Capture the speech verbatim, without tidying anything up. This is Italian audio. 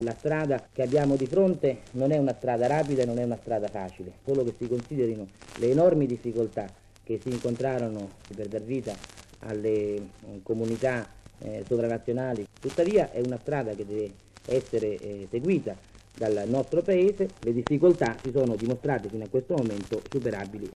La strada che abbiamo di fronte non è una strada rapida e non è una strada facile, solo che si considerino le enormi difficoltà che si incontrarono per dar vita alle eh, comunità eh, sovranazionali. Tuttavia è una strada che deve essere eh, seguita dal nostro Paese. Le difficoltà si sono dimostrate fino a questo momento superabili